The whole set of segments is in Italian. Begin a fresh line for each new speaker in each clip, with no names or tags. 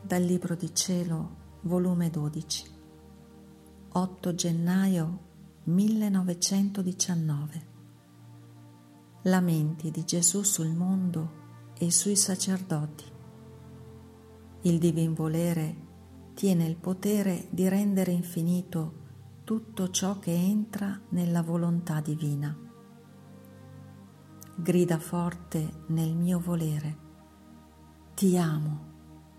Dal Libro di Cielo, volume 12, 8 gennaio 1919. Lamenti di Gesù sul mondo e sui sacerdoti. Il divin volere tiene il potere di rendere infinito tutto ciò che entra nella volontà divina. Grida forte nel mio volere: ti amo.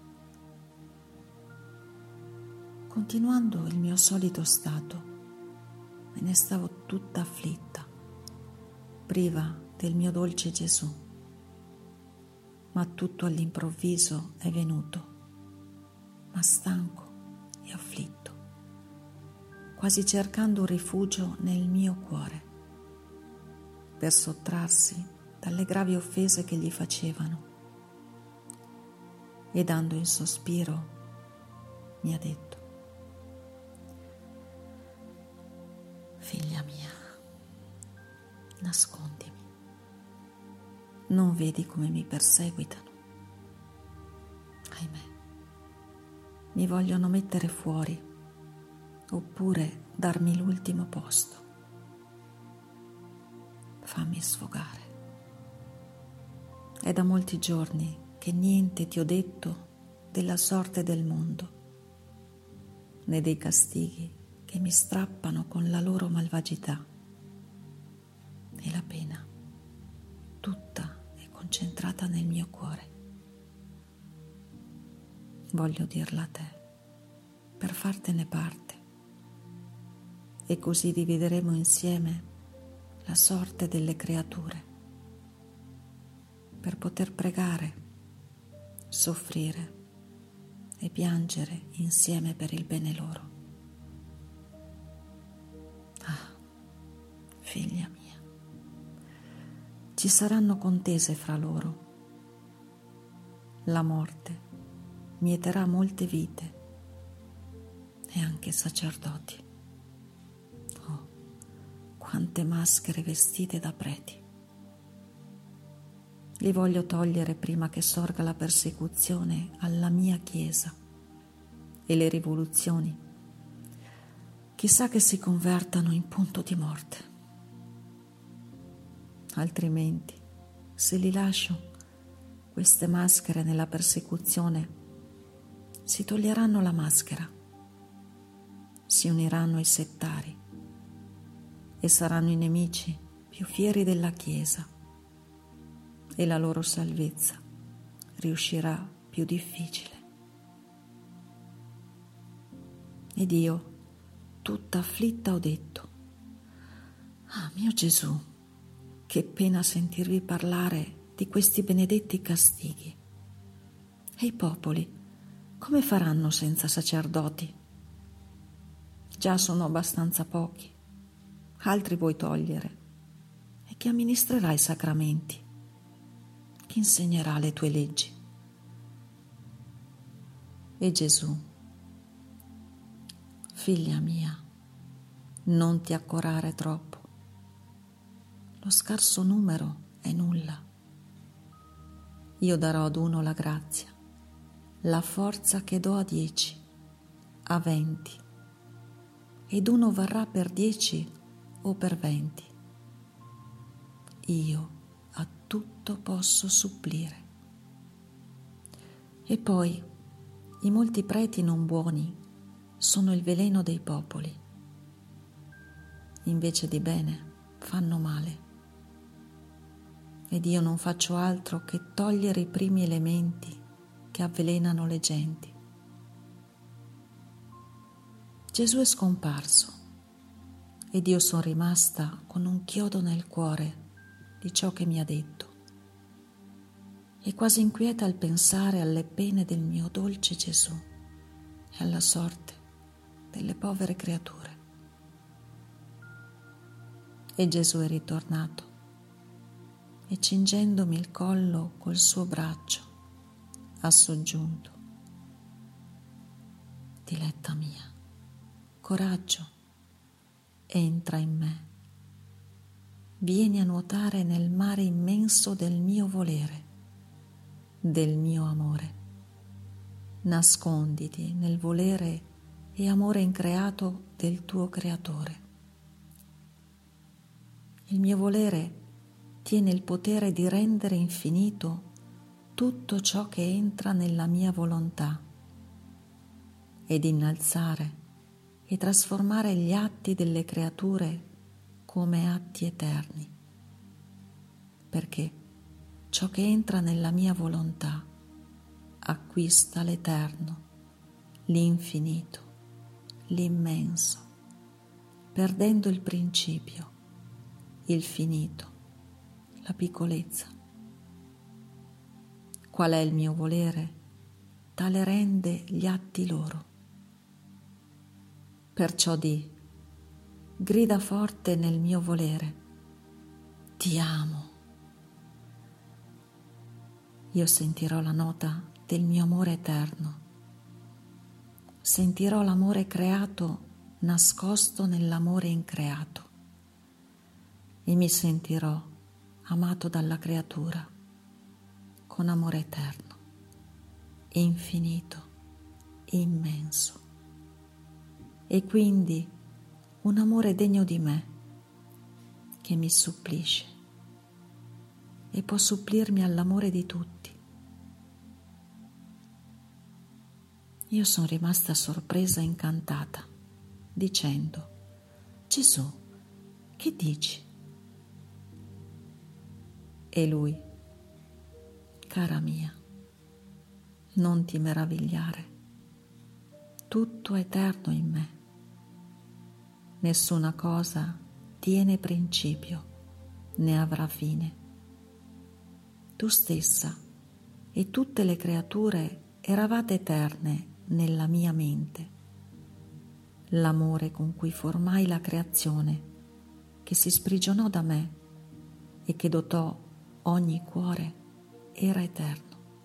Continuando il mio solito stato, me ne stavo tutta afflitta, priva del mio dolce Gesù. Ma tutto all'improvviso è venuto, ma stanco e afflitto, quasi cercando un rifugio nel mio cuore, per sottrarsi dalle gravi offese che gli facevano. E dando in sospiro, mi ha detto: figlia mia, nascondimi. Non vedi come mi perseguitano? Ahimè, mi vogliono mettere fuori, oppure darmi l'ultimo posto. Fammi sfogare. È da molti giorni che niente ti ho detto della sorte del mondo, né dei castighi che mi strappano con la loro malvagità. E la pena tutta è concentrata nel mio cuore. Voglio dirla a te, per fartene parte, e così divideremo insieme la sorte delle creature, per poter pregare, soffrire e piangere insieme per il bene loro. Figlia mia, ci saranno contese fra loro. La morte mieterà molte vite e anche sacerdoti. Oh, quante maschere vestite da preti! Li voglio togliere prima che sorga la persecuzione alla mia Chiesa e le rivoluzioni, chissà che si convertano in punto di morte. Altrimenti, se li lascio, queste maschere nella persecuzione si toglieranno la maschera, si uniranno ai settari e saranno i nemici più fieri della Chiesa, e la loro salvezza riuscirà più difficile. Ed io, tutta afflitta, ho detto: ah, mio Gesù, che pena sentirvi parlare di questi benedetti castighi. E i popoli come faranno senza sacerdoti? Già sono abbastanza pochi, altri vuoi togliere. E chi amministrerà i sacramenti? Chi insegnerà le tue leggi? E Gesù: figlia mia, non ti accorare troppo. Lo scarso numero è nulla. Io darò ad uno la grazia, la forza che do a 10, a 20, ed uno varrà per 10 o per 20. Io a tutto posso supplire. E poi i molti preti non buoni sono il veleno dei popoli. Invece di bene fanno male. Ed io non faccio altro che togliere i primi elementi che avvelenano le genti. Gesù è scomparso ed io sono rimasta con un chiodo nel cuore di ciò che mi ha detto, e quasi inquieta al pensare alle pene del mio dolce Gesù e alla sorte delle povere creature. E Gesù è ritornato e, cingendomi il collo col suo braccio, ha soggiunto: diletta mia, coraggio, entra in me, vieni a nuotare nel mare immenso del mio volere, del mio amore. nasconditi nel volere e amore increato del tuo Creatore. Il mio volere tiene il potere di rendere infinito tutto ciò che entra nella mia volontà ed innalzare e trasformare gli atti delle creature come atti eterni, perché ciò che entra nella mia volontà acquista l'eterno, l'infinito, l'immenso, perdendo il principio, il finito, la piccolezza. Qual è il mio volere? Tale rende gli atti loro. Perciò grida forte nel mio volere: ti amo. Io sentirò la nota del mio amore eterno. Sentirò l'amore creato nascosto nell'amore increato e mi sentirò amato dalla creatura con amore eterno, infinito, immenso, e quindi un amore degno di me che mi supplisce e può supplirmi all'amore di tutti. Io sono rimasta sorpresa e incantata, dicendo: Gesù, che dici? E lui: cara mia, non ti meravigliare, tutto è eterno in me. Nessuna cosa tiene principio né avrà fine. Tu stessa e tutte le creature eravate eterne nella mia mente. L'amore con cui formai la creazione, che si sprigionò da me e che dotò ogni cuore, era eterno.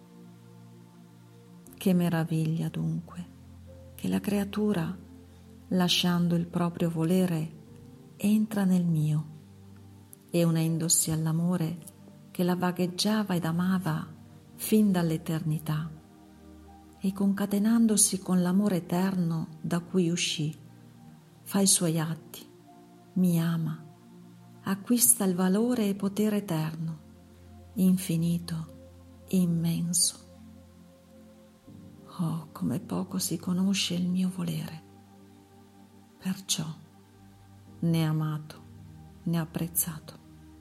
Che meraviglia dunque che la creatura, lasciando il proprio volere, entra nel mio e unendosi all'amore che la vagheggiava ed amava fin dall'eternità e concatenandosi con l'amore eterno da cui uscì, fa i suoi atti, mi ama, acquista il valore e potere eterno, infinito, immenso. Oh, come poco si conosce il mio volere. Perciò né amato né apprezzato.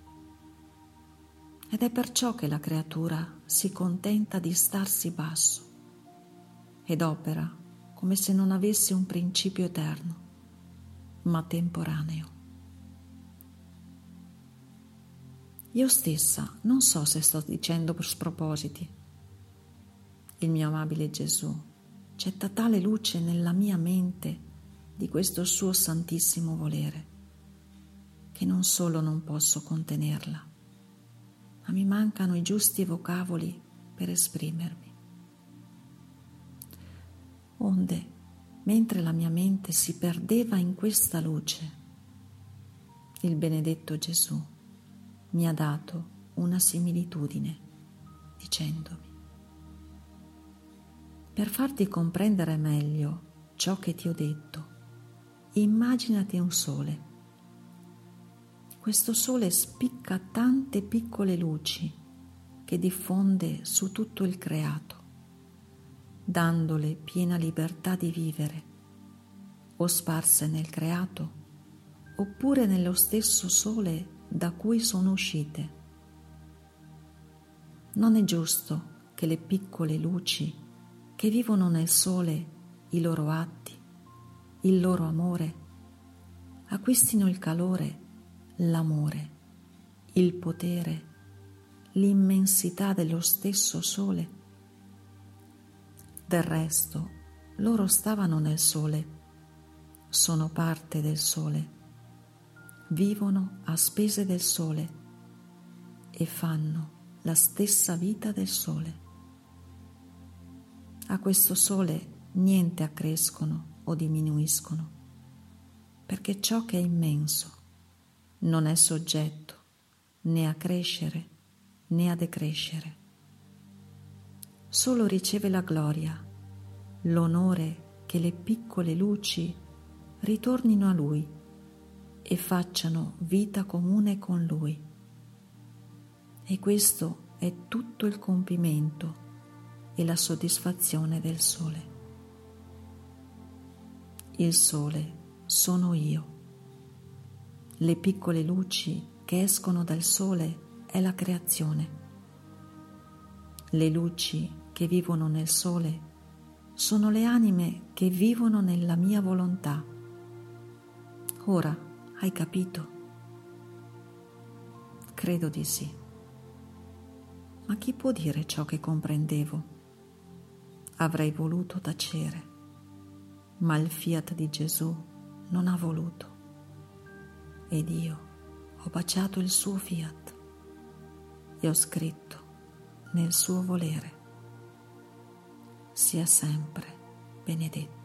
Ed è perciò che la creatura si contenta di starsi basso ed opera come se non avesse un principio eterno, ma temporaneo. Io stessa non so se sto dicendo per spropositi. Il mio amabile Gesù getta tale luce nella mia mente di questo suo santissimo volere che non solo non posso contenerla, ma mi mancano i giusti vocaboli per esprimermi. Onde, mentre la mia mente si perdeva in questa luce, il benedetto Gesù mi ha dato una similitudine, dicendomi: per farti comprendere meglio ciò che ti ho detto, immaginati un sole. Questo sole spicca tante piccole luci che diffonde su tutto il creato, dandole piena libertà di vivere, o sparse nel creato, oppure nello stesso sole da cui sono uscite. Non è giusto che le piccole luci che vivono nel sole i loro atti, il loro amore, acquistino il calore, l'amore, il potere, l'immensità dello stesso sole. Del resto, loro stavano nel sole, sono parte del sole, vivono a spese del sole e fanno la stessa vita del sole. A questo sole niente accrescono o diminuiscono, perché ciò che è immenso non è soggetto né a crescere né a decrescere. Solo riceve la gloria l'onore che le piccole luci ritornino a Lui e facciano vita comune con Lui. E questo è tutto il compimento e la soddisfazione del Sole. Il Sole sono io. Le piccole luci che escono dal Sole è la creazione. Le luci che vivono nel Sole sono le anime che vivono nella mia volontà. Ora hai capito? Credo di sì. Ma chi può dire ciò che comprendevo? Avrei voluto tacere, ma il fiat di Gesù non ha voluto. Ed io ho baciato il suo fiat e ho scritto nel suo volere: sia sempre benedetto.